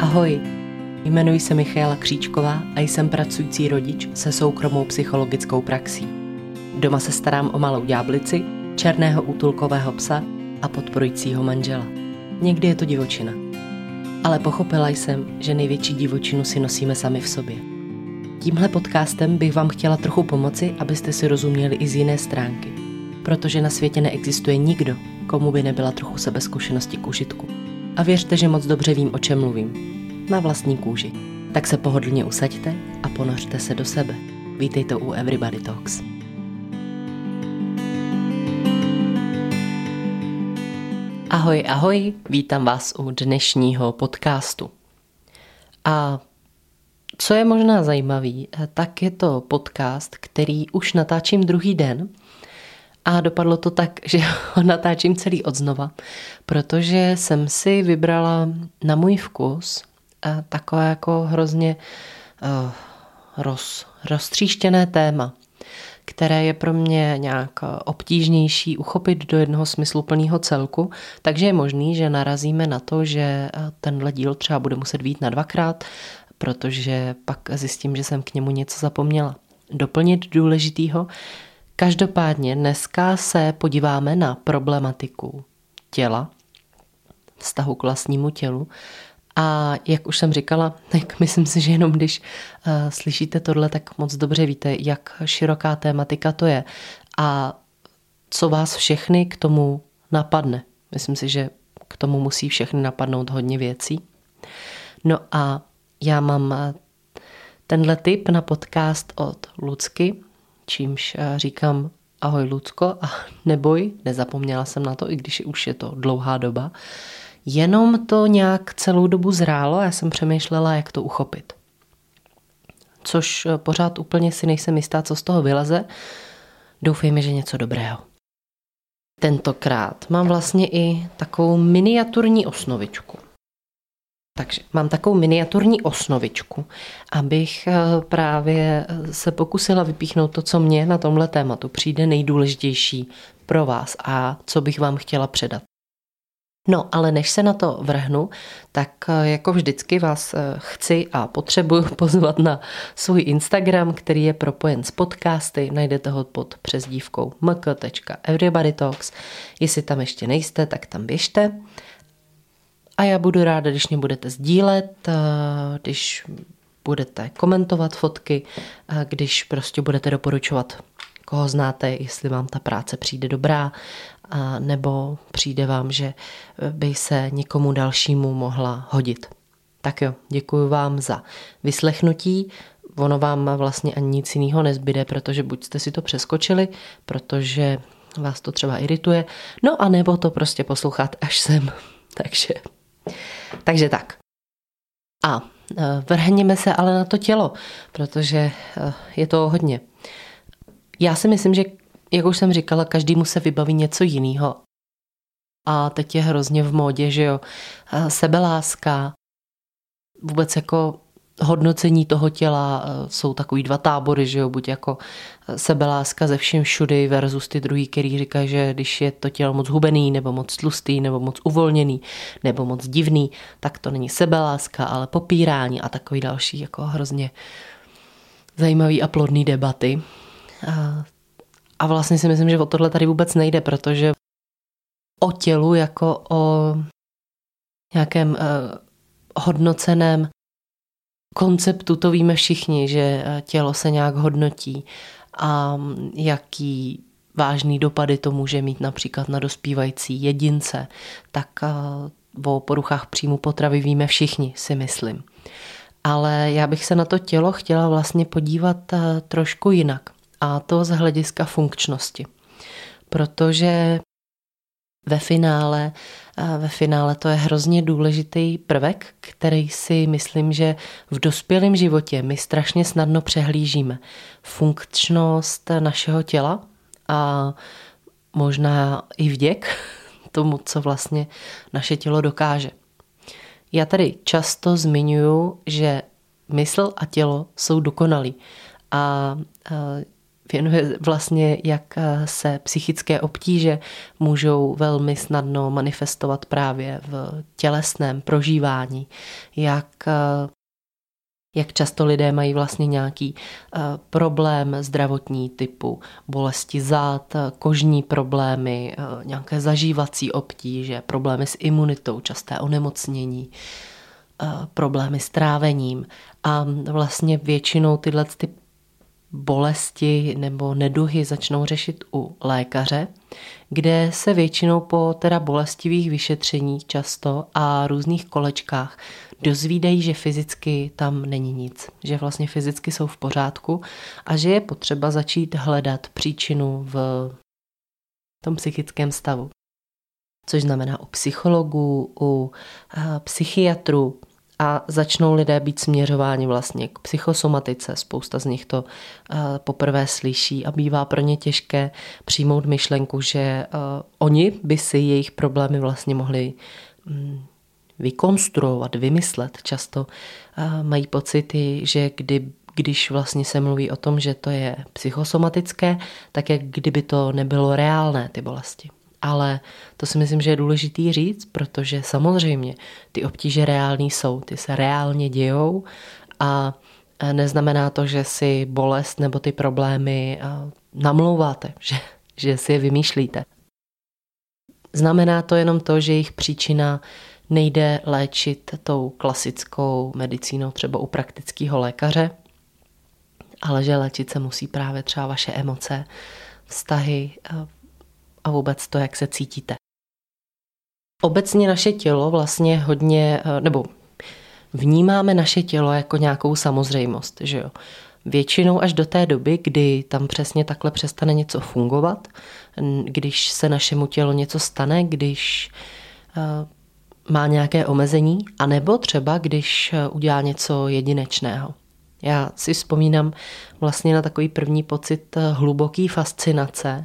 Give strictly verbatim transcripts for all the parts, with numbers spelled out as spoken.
Ahoj, jmenuji se Michaela Kříčková a jsem pracující rodič se soukromou psychologickou praxí. Doma se starám o malou ďáblici, černého útulkového psa a podporujícího manžela. Někdy je to divočina. Ale pochopila jsem, že největší divočinu si nosíme sami v sobě. Tímhle podcastem bych vám chtěla trochu pomoci, abyste si rozuměli i z jiné stránky. Protože na světě neexistuje nikdo, komu by nebyla trochu sebezkušenosti k užitku. A věřte, že moc dobře vím, o čem mluvím. Na vlastní kůži. Tak se pohodlně usaďte a ponořte se do sebe. Vítejte u Everybody Talks. Ahoj, ahoj, vítám vás u dnešního podcastu. A co je možná zajímavý, tak je to podcast, který už natáčím druhý den a dopadlo to tak, že ho natáčím celý odznova, protože jsem si vybrala na můj vkus takové jako hrozně uh, roz, roztříštěné téma, které je pro mě nějak obtížnější uchopit do jednoho smysluplného celku, takže je možný, že narazíme na to, že tenhle díl třeba bude muset být na dvakrát, protože pak zjistím, že jsem k němu něco zapomněla doplnit důležitýho. Každopádně dneska se podíváme na problematiku těla, vztahu k vlastnímu tělu. A jak už jsem říkala, tak myslím si, že jenom když uh, slyšíte tohle, tak moc dobře víte, jak široká tématika to je a co vás všechny k tomu napadne. Myslím si, že k tomu musí všechny napadnout hodně věcí. No a já mám tenhle tip na podcast od Lucky, čímž říkám ahoj Lucko a neboj, nezapomněla jsem na to, i když už je to dlouhá doba. Jenom to nějak celou dobu zrálo a já jsem přemýšlela, jak to uchopit. Což pořád úplně si nejsem jistá, co z toho vyleze. Doufejme, že něco dobrého. Tentokrát mám vlastně i takovou miniaturní osnovičku. Takže mám takovou miniaturní osnovičku, abych právě se pokusila vypíchnout to, co mě na tomhle tématu přijde nejdůležitější pro vás a co bych vám chtěla předat. No, ale než se na to vrhnu, tak jako vždycky vás chci a potřebuju pozvat na svůj Instagram, který je propojen s podcasty. Najdete ho pod přezdívkou m k tečka everybody talks. Jestli tam ještě nejste, tak tam běžte. A já budu ráda, když mě budete sdílet, když budete komentovat fotky, když prostě budete doporučovat, koho znáte, jestli vám ta práce přijde dobrá, a nebo přijde vám, že by se někomu dalšímu mohla hodit. Tak jo, děkuji vám za vyslechnutí. Ono vám vlastně ani nic jiného nezbyde, protože buď jste si to přeskočili, protože vás to třeba irituje, no a nebo to prostě poslouchat až sem. Takže, takže tak. A vrhněme se ale na to tělo, protože je to hodně. Já si myslím, že jak už jsem říkala, každému se vybaví něco jiného. A teď je hrozně v módě, že jo, sebeláska, vůbec jako hodnocení toho těla, jsou takový dva tábory, že jo, buď jako sebeláska ze všem všudy versus ty druhý, který říkají, že když je to tělo moc hubený, nebo moc tlustý, nebo moc uvolněný, nebo moc divný, tak to není sebeláska, ale popírání a takový další jako hrozně zajímavý a plodný debaty. A A vlastně si myslím, že o tohle tady vůbec nejde, protože o tělu jako o nějakém uh, hodnoceném konceptu to víme všichni, že tělo se nějak hodnotí a jaký vážný dopady to může mít například na dospívající jedince, tak uh, o poruchách příjmu potravy víme všichni, si myslím. Ale já bych se na to tělo chtěla vlastně podívat uh, trošku jinak. A to z hlediska funkčnosti. Protože ve finále, ve finále to je hrozně důležitý prvek, který si myslím, že v dospělém životě my strašně snadno přehlížíme. Funkčnost našeho těla a možná i vděk tomu, co vlastně naše tělo dokáže. Já tady často zmiňuji, že mysl a tělo jsou dokonalí. A věnuje vlastně, jak se psychické obtíže můžou velmi snadno manifestovat právě v tělesném prožívání, jak, jak často lidé mají vlastně nějaký problém zdravotní typu bolesti zad, kožní problémy, nějaké zažívací obtíže, problémy s imunitou, časté onemocnění, problémy s trávením a vlastně většinou tyhle ty bolesti nebo neduhy začnou řešit u lékaře, kde se většinou po teda bolestivých vyšetřeních často a různých kolečkách dozvídají, že fyzicky tam není nic, že vlastně fyzicky jsou v pořádku a že je potřeba začít hledat příčinu v tom psychickém stavu. Což znamená u psychologů, u psychiatrů, a začnou lidé být směřováni vlastně k psychosomatice. Spousta z nich to uh, poprvé slyší a bývá pro ně těžké přijmout myšlenku, že uh, oni by si jejich problémy vlastně mohli um, vykonstruovat, vymyslet. Často uh, mají pocity, že kdy, když vlastně se mluví o tom, že to je psychosomatické, tak jak kdyby to nebylo reálné, ty bolesti. Ale to si myslím, že je důležitý říct, protože samozřejmě ty obtíže reální jsou, ty se reálně dějou a neznamená to, že si bolest nebo ty problémy namlouváte, že, že si je vymýšlíte. Znamená to jenom to, že jejich příčina nejde léčit tou klasickou medicínou třeba u praktického lékaře, ale že léčit se musí právě třeba vaše emoce, vztahy, a vůbec to, jak se cítíte. Obecně naše tělo vlastně hodně, nebo vnímáme naše tělo jako nějakou samozřejmost, že jo. Většinou až do té doby, kdy tam přesně takhle přestane něco fungovat, když se našemu tělu něco stane, když má nějaké omezení, anebo třeba když udělá něco jedinečného. Já si vzpomínám vlastně na takový první pocit hluboké fascinace,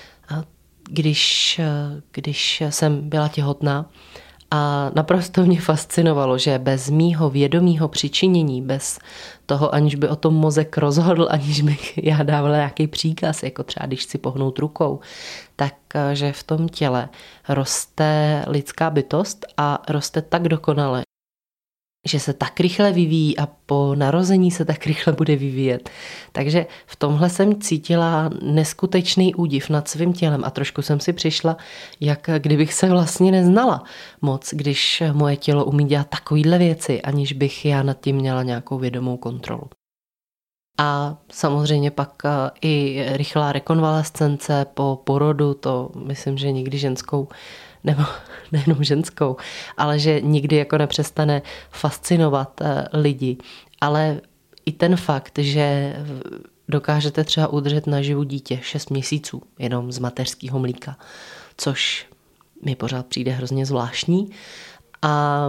Když, když jsem byla těhotná a naprosto mě fascinovalo, že bez mýho vědomího přičinění, bez toho, aniž by o tom mozek rozhodl, aniž bych já dávala nějaký příkaz, jako třeba když si pohnout rukou, tak že v tom těle roste lidská bytost a roste tak dokonale, že se tak rychle vyvíjí a po narození se tak rychle bude vyvíjet. Takže v tomhle jsem cítila neskutečný údiv nad svým tělem a trošku jsem si přišla, jak kdybych se vlastně neznala moc, když moje tělo umí dělat takovýhle věci, aniž bych já nad tím měla nějakou vědomou kontrolu. A samozřejmě pak i rychlá rekonvalescence po porodu, to myslím, že nikdy ženskou nebo nejenom ženskou, ale že nikdy jako nepřestane fascinovat lidi. Ale i ten fakt, že dokážete třeba udržet naživu dítě šest měsíců jenom z mateřského mlíka, což mi pořád přijde hrozně zvláštní. A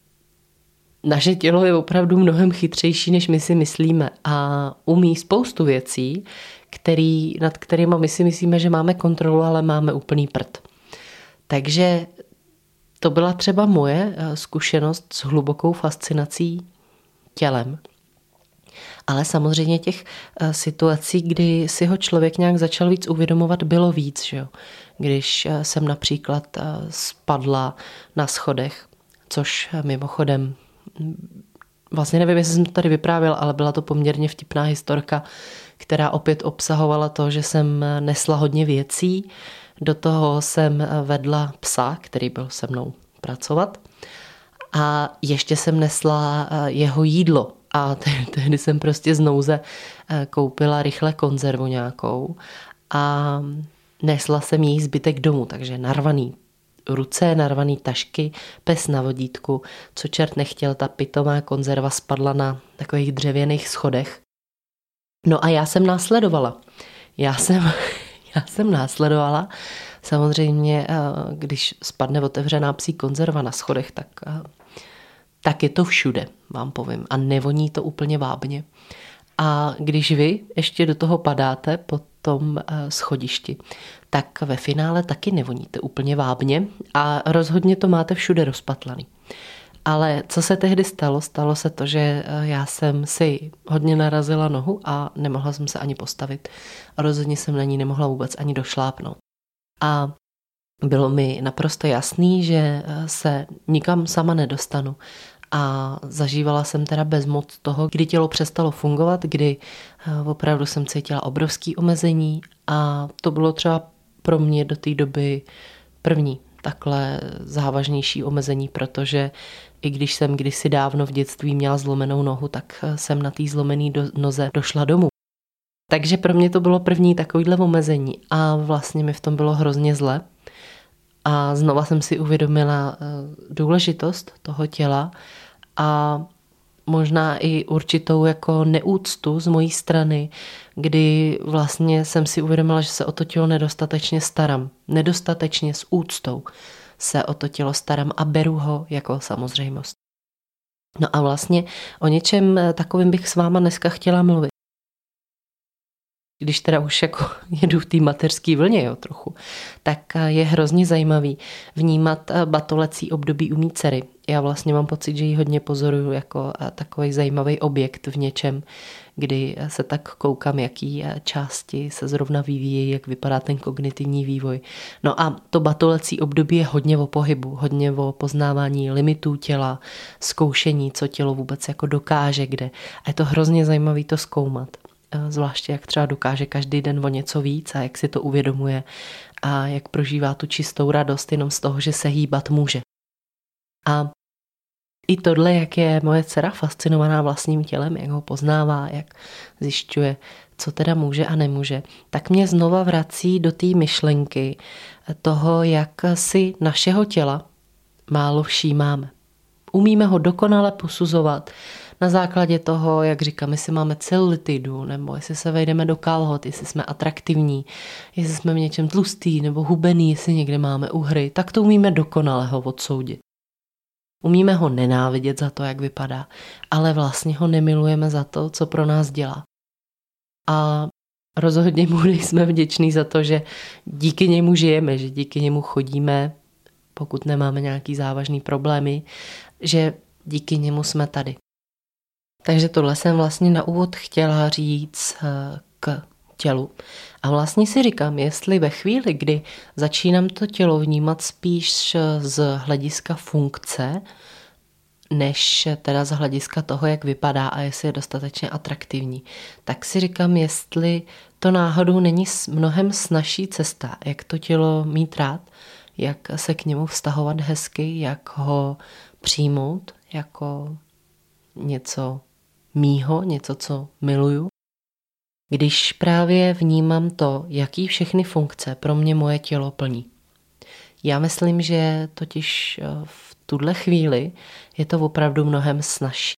naše tělo je opravdu mnohem chytřejší, než my si myslíme a umí spoustu věcí, který, nad kterými my si myslíme, že máme kontrolu, ale máme úplný prd. Takže to byla třeba moje zkušenost s hlubokou fascinací tělem. Ale samozřejmě těch situací, kdy si ho člověk nějak začal víc uvědomovat, bylo víc. Že jo? Když jsem například spadla na schodech, což mimochodem, vlastně nevím, jestli jsem to tady vyprávěla, ale byla to poměrně vtipná historka, která opět obsahovala to, že jsem nesla hodně věcí. Do toho jsem vedla psa, který byl se mnou pracovat a ještě jsem nesla jeho jídlo a tehdy jsem prostě z nouze koupila rychle konzervu nějakou a nesla jsem jí zbytek domů, takže narvaný ruce, narvaný tašky, pes na vodítku, co čert nechtěl, ta pitomá konzerva spadla na takových dřevěných schodech. No a já jsem následovala. Já jsem... Já jsem následovala. Samozřejmě, když spadne otevřená psí konzerva na schodech, tak, tak je to všude, vám povím. A nevoní to úplně vábně. A když vy ještě do toho padáte po tom schodišti, tak ve finále taky nevoníte úplně vábně a rozhodně to máte všude rozpatlaný. Ale co se tehdy stalo? Stalo se to, že já jsem si hodně narazila nohu a nemohla jsem se ani postavit. A rozhodně jsem na ní nemohla vůbec ani došlápnout. A bylo mi naprosto jasný, že se nikam sama nedostanu. A zažívala jsem teda bezmoc toho, kdy tělo přestalo fungovat, kdy opravdu jsem cítila obrovský omezení a to bylo třeba pro mě do té doby první takhle závažnější omezení, protože i když jsem kdysi dávno v dětství měla zlomenou nohu, tak jsem na té zlomené do, noze došla domů. Takže pro mě to bylo první takovýhle omezení a vlastně mi v tom bylo hrozně zle. A znova jsem si uvědomila důležitost toho těla a možná i určitou jako neúctu z mojí strany, kdy vlastně jsem si uvědomila, že se o to tělo nedostatečně starám. Nedostatečně s úctou se o to tělo starám a beru ho jako samozřejmost. No a vlastně o něčem takovým bych s váma dneska chtěla mluvit. Když teda už jako jedu v té mateřské vlně, jo, trochu, tak je hrozně zajímavý vnímat batolecí období u mý dcery. Já vlastně mám pocit, že ji hodně pozoruju jako takový zajímavý objekt v něčem, kdy se tak koukám, jaký části se zrovna vyvíjejí, jak vypadá ten kognitivní vývoj. No a to batolecí období je hodně o pohybu, hodně o poznávání limitů těla, zkoušení, co tělo vůbec jako dokáže, kde. A je to hrozně zajímavý to zkoumat. Zvláště jak třeba dokáže každý den o něco víc a jak si to uvědomuje a jak prožívá tu čistou radost jenom z toho, že se hýbat může. A i tohle, jak je moje dcera fascinovaná vlastním tělem, jak ho poznává, jak zjišťuje, co teda může a nemůže, tak mě znova vrací do té myšlenky toho, jak si našeho těla málo všímáme. Umíme ho dokonale posuzovat na základě toho, jak říkám, jestli máme celulitidu, nebo jestli se vejdeme do kalhot, jestli jsme atraktivní, jestli jsme v něčem tlustý nebo hubený, jestli někde máme uhry, tak to umíme dokonale ho odsoudit. Umíme ho nenávidět za to, jak vypadá, ale vlastně ho nemilujeme za to, co pro nás dělá. A rozhodně mu nejsme vděční za to, že díky němu žijeme, že díky němu chodíme, pokud nemáme nějaký závažný problémy, že díky němu jsme tady. Takže tohle jsem vlastně na úvod chtěla říct k tělu. A vlastně si říkám, jestli ve chvíli, kdy začínám to tělo vnímat spíš z hlediska funkce, než teda z hlediska toho, jak vypadá a jestli je dostatečně atraktivní, tak si říkám, jestli to náhodou není mnohem snazší cesta, jak to tělo mít rád, jak se k němu vztahovat hezky, jak ho přijmout jako něco mýho, něco, co miluju. Když právě vnímám to, jaký všechny funkce pro mě moje tělo plní. Já myslím, že totiž v tuhle chvíli je to opravdu mnohem snazší.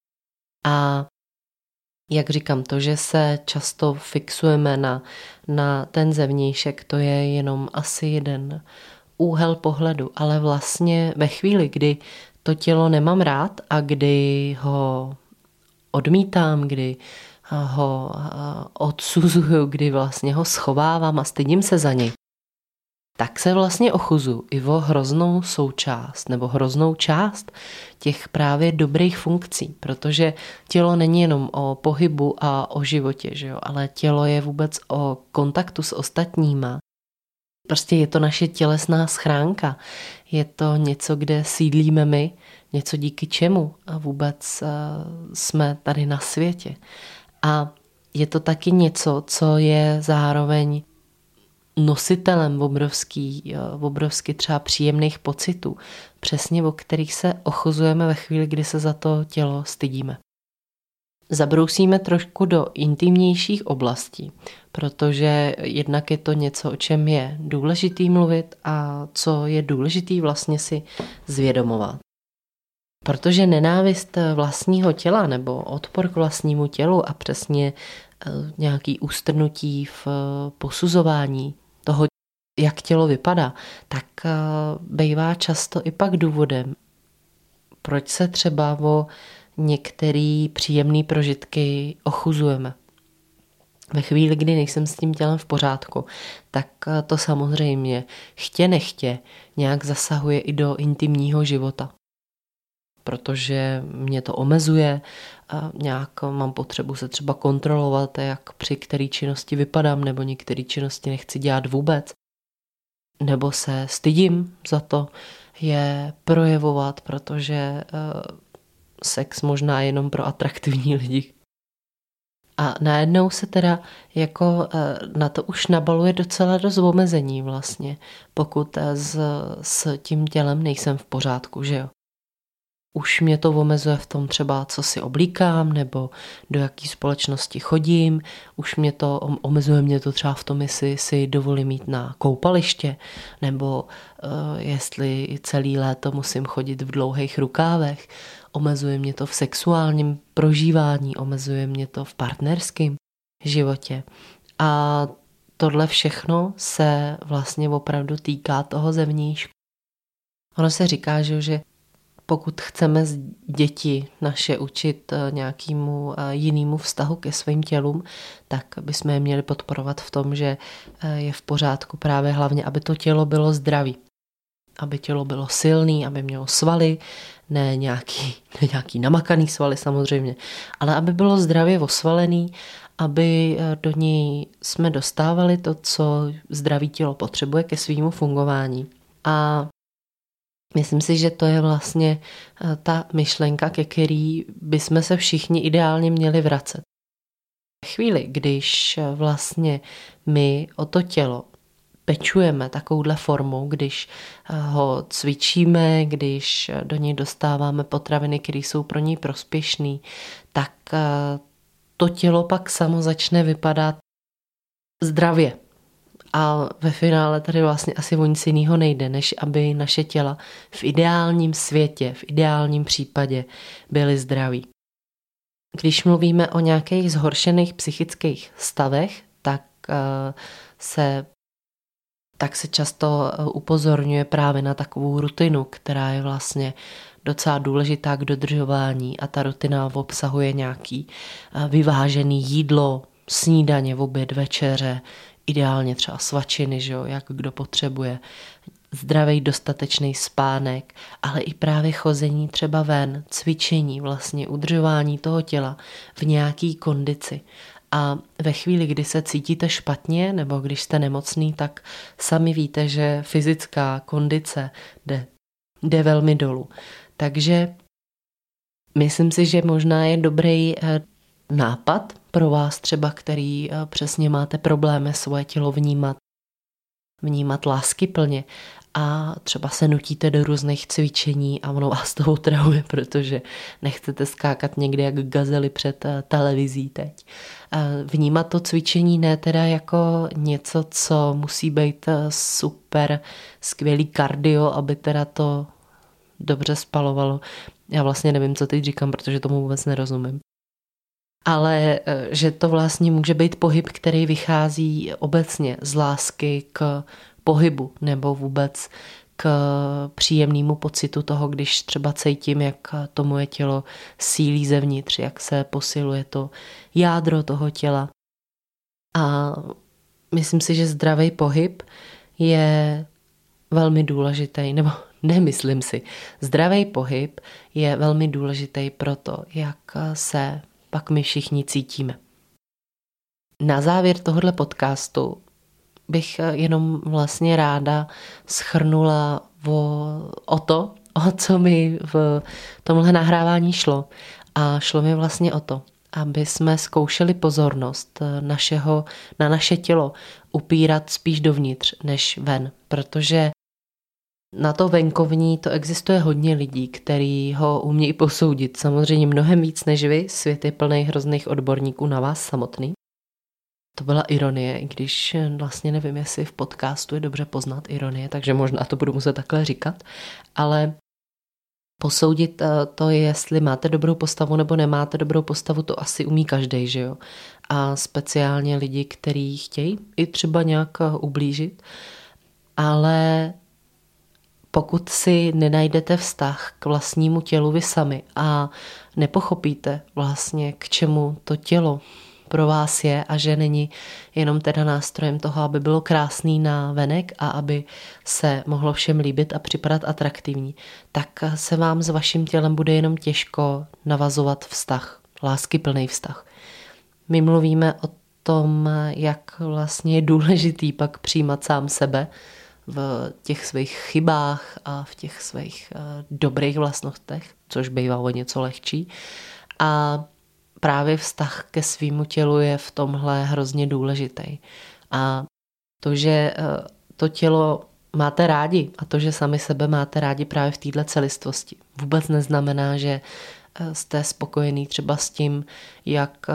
A jak říkám, to, že se často fixujeme na, na ten zevnějšek, to je jenom asi jeden úhel pohledu, ale vlastně ve chvíli, kdy to tělo nemám rád a kdy ho odmítám, kdy ho odsuzuju, kdy vlastně ho schovávám a stydím se za něj, tak se vlastně ochuzu i o hroznou součást nebo hroznou část těch právě dobrých funkcí, protože tělo není jenom o pohybu a o životě, že jo? Ale tělo je vůbec o kontaktu s ostatníma. Prostě je to naše tělesná schránka, je to něco, kde sídlíme my, něco díky čemu a vůbec jsme tady na světě. A je to taky něco, co je zároveň nositelem obrovský, obrovsky třeba příjemných pocitů, přesně o kterých se ochuzujeme ve chvíli, kdy se za to tělo stydíme. Zabrousíme trošku do intimnějších oblastí, protože jednak je to něco, o čem je důležitý mluvit a co je důležitý vlastně si zvědomovat. Protože nenávist vlastního těla nebo odpor k vlastnímu tělu a přesně nějaký ústrnutí v posuzování toho, jak tělo vypadá, tak bývá často i pak důvodem, proč se třeba o některé příjemné prožitky ochuzujeme. Ve chvíli, kdy nejsem s tím tělem v pořádku, tak to samozřejmě chtě nechtě nějak zasahuje i do intimního života. protože mě to omezuje, nějak mám potřebu se třeba kontrolovat, jak při který činnosti vypadám, nebo některé činnosti nechci dělat vůbec, nebo se stydím za to je projevovat, protože sex možná jenom pro atraktivní lidi. A najednou se teda jako na to už nabaluje docela dost omezení vlastně, pokud s, s tím tělem nejsem v pořádku, že jo. Už mě to omezuje v tom třeba, co si oblíkám, nebo do jaký společnosti chodím. Už mě to, omezuje mě to třeba v tom, jestli si dovolím jít na koupaliště, nebo uh, jestli celý léto musím chodit v dlouhých rukávech. Omezuje mě to v sexuálním prožívání, omezuje mě to v partnerském životě. A tohle všechno se vlastně opravdu týká toho zevnějšku. Ono se říká, že pokud chceme děti naše učit nějakému jinému vztahu ke svým tělům, tak bychom je měli podporovat v tom, že je v pořádku právě hlavně, aby to tělo bylo zdravý. Aby tělo bylo silný, aby mělo svaly, ne nějaký, ne nějaký namakaný svaly samozřejmě, ale aby bylo zdravě osvalený, aby do něj jsme dostávali to, co zdravé tělo potřebuje ke svému fungování. A myslím si, že to je vlastně ta myšlenka, ke který bychom se všichni ideálně měli vracet. V chvíli, když vlastně my o to tělo pečujeme takovouhle formou, když ho cvičíme, když do něj dostáváme potraviny, které jsou pro něj prospěšné, tak to tělo pak samo začne vypadat zdravě. A ve finále tady vlastně asi o nic jiného nejde, než aby naše těla v ideálním světě, v ideálním případě byly zdraví. Když mluvíme o nějakých zhoršených psychických stavech, tak se, tak se často upozorňuje právě na takovou rutinu, která je vlastně docela důležitá k dodržování, a ta rutina obsahuje nějaký vyvážený jídlo, snídaně, oběd, večeře, ideálně třeba svačiny, že jo, jak kdo potřebuje, zdravý dostatečný spánek, ale i právě chození třeba ven, cvičení, vlastně udržování toho těla v nějaký kondici. A ve chvíli, kdy se cítíte špatně nebo když jste nemocný, tak sami víte, že fyzická kondice jde, jde velmi dolů. Takže myslím si, že možná je dobrý nápad pro vás třeba, který přesně máte problémy svoje tělo vnímat, vnímat láskyplně a třeba se nutíte do různých cvičení a ono vás to otravuje, protože nechcete skákat někde jak gazely před televizí teď. Vnímat to cvičení ne teda jako něco, co musí být super skvělý kardio, aby teda to dobře spalovalo. Já vlastně nevím, co teď říkám, protože tomu vůbec nerozumím. Ale že to vlastně může být pohyb, který vychází obecně z lásky k pohybu nebo vůbec k příjemnému pocitu toho, když třeba cítím, jak to moje tělo sílí zevnitř, jak se posiluje to jádro toho těla. A myslím si, že zdravý pohyb je velmi důležitý, nebo nemyslím si, zdravý pohyb je velmi důležitý pro to, jak se pak my všichni cítíme. Na závěr tohohle podcastu bych jenom vlastně ráda shrnula o, o to, o co mi v tomhle nahrávání šlo. A šlo mi vlastně o to, aby jsme zkoušeli pozornost našeho, na naše tělo upírat spíš dovnitř než ven, protože na to venkovní to existuje hodně lidí, kteří ho umějí posoudit. Samozřejmě mnohem víc než vy, svět je plný hrozných odborníků na vás samotný. To byla ironie, i když vlastně nevím, jestli v podcastu je dobře poznat ironie, takže možná to budu muset takhle říkat, ale posoudit to, jestli máte dobrou postavu nebo nemáte dobrou postavu, to asi umí každej, že jo? A speciálně lidi, kteří chtějí i třeba nějak ublížit, ale pokud si nenajdete vztah k vlastnímu tělu vy sami a nepochopíte vlastně, k čemu to tělo pro vás je a že není jenom teda nástrojem toho, aby bylo krásný na venek a aby se mohlo všem líbit a připadat atraktivní, tak se vám s vaším tělem bude jenom těžko navazovat vztah, láskyplný vztah. My mluvíme o tom, jak vlastně je důležitý pak přijímat sám sebe v těch svých chybách a v těch svých dobrých vlastnostech, což bývá o něco lehčí. A právě vztah ke svýmu tělu je v tomhle hrozně důležitý. A to, že to tělo máte rádi a to, že sami sebe máte rádi právě v této celistvosti, vůbec neznamená, že jste spokojený třeba s tím, jak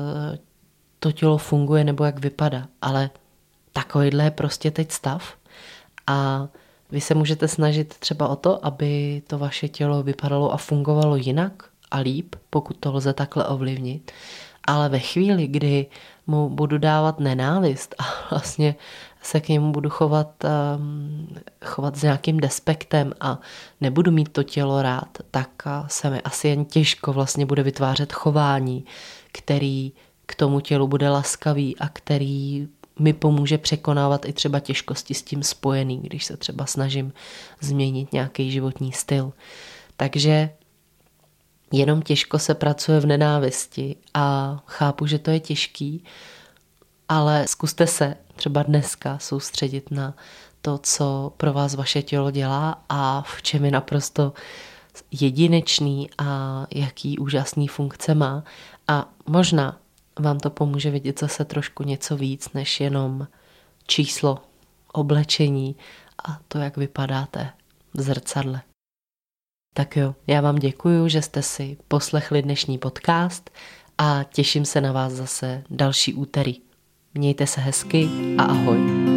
to tělo funguje nebo jak vypadá. Ale takovýhle je prostě teď stav a vy se můžete snažit třeba o to, aby to vaše tělo vypadalo a fungovalo jinak a líp, pokud to lze takhle ovlivnit. Ale ve chvíli, kdy mu budu dávat nenávist a vlastně se k němu budu chovat, um, chovat s nějakým despektem a nebudu mít to tělo rád, tak se mi asi jen těžko vlastně bude vytvářet chování, který k tomu tělu bude laskavý a který mi pomůže překonávat i třeba těžkosti s tím spojený, když se třeba snažím změnit nějaký životní styl. Takže jenom těžko se pracuje v nenávisti a chápu, že to je těžký, ale zkuste se třeba dneska soustředit na to, co pro vás vaše tělo dělá a v čem je naprosto jedinečný a jaký úžasný funkce má. A možná vám to pomůže vidět zase trošku něco víc, než jenom číslo, oblečení a to, jak vypadáte v zrcadle. Tak jo, já vám děkuju, že jste si poslechli dnešní podcast a těším se na vás zase další úterý. Mějte se hezky a ahoj.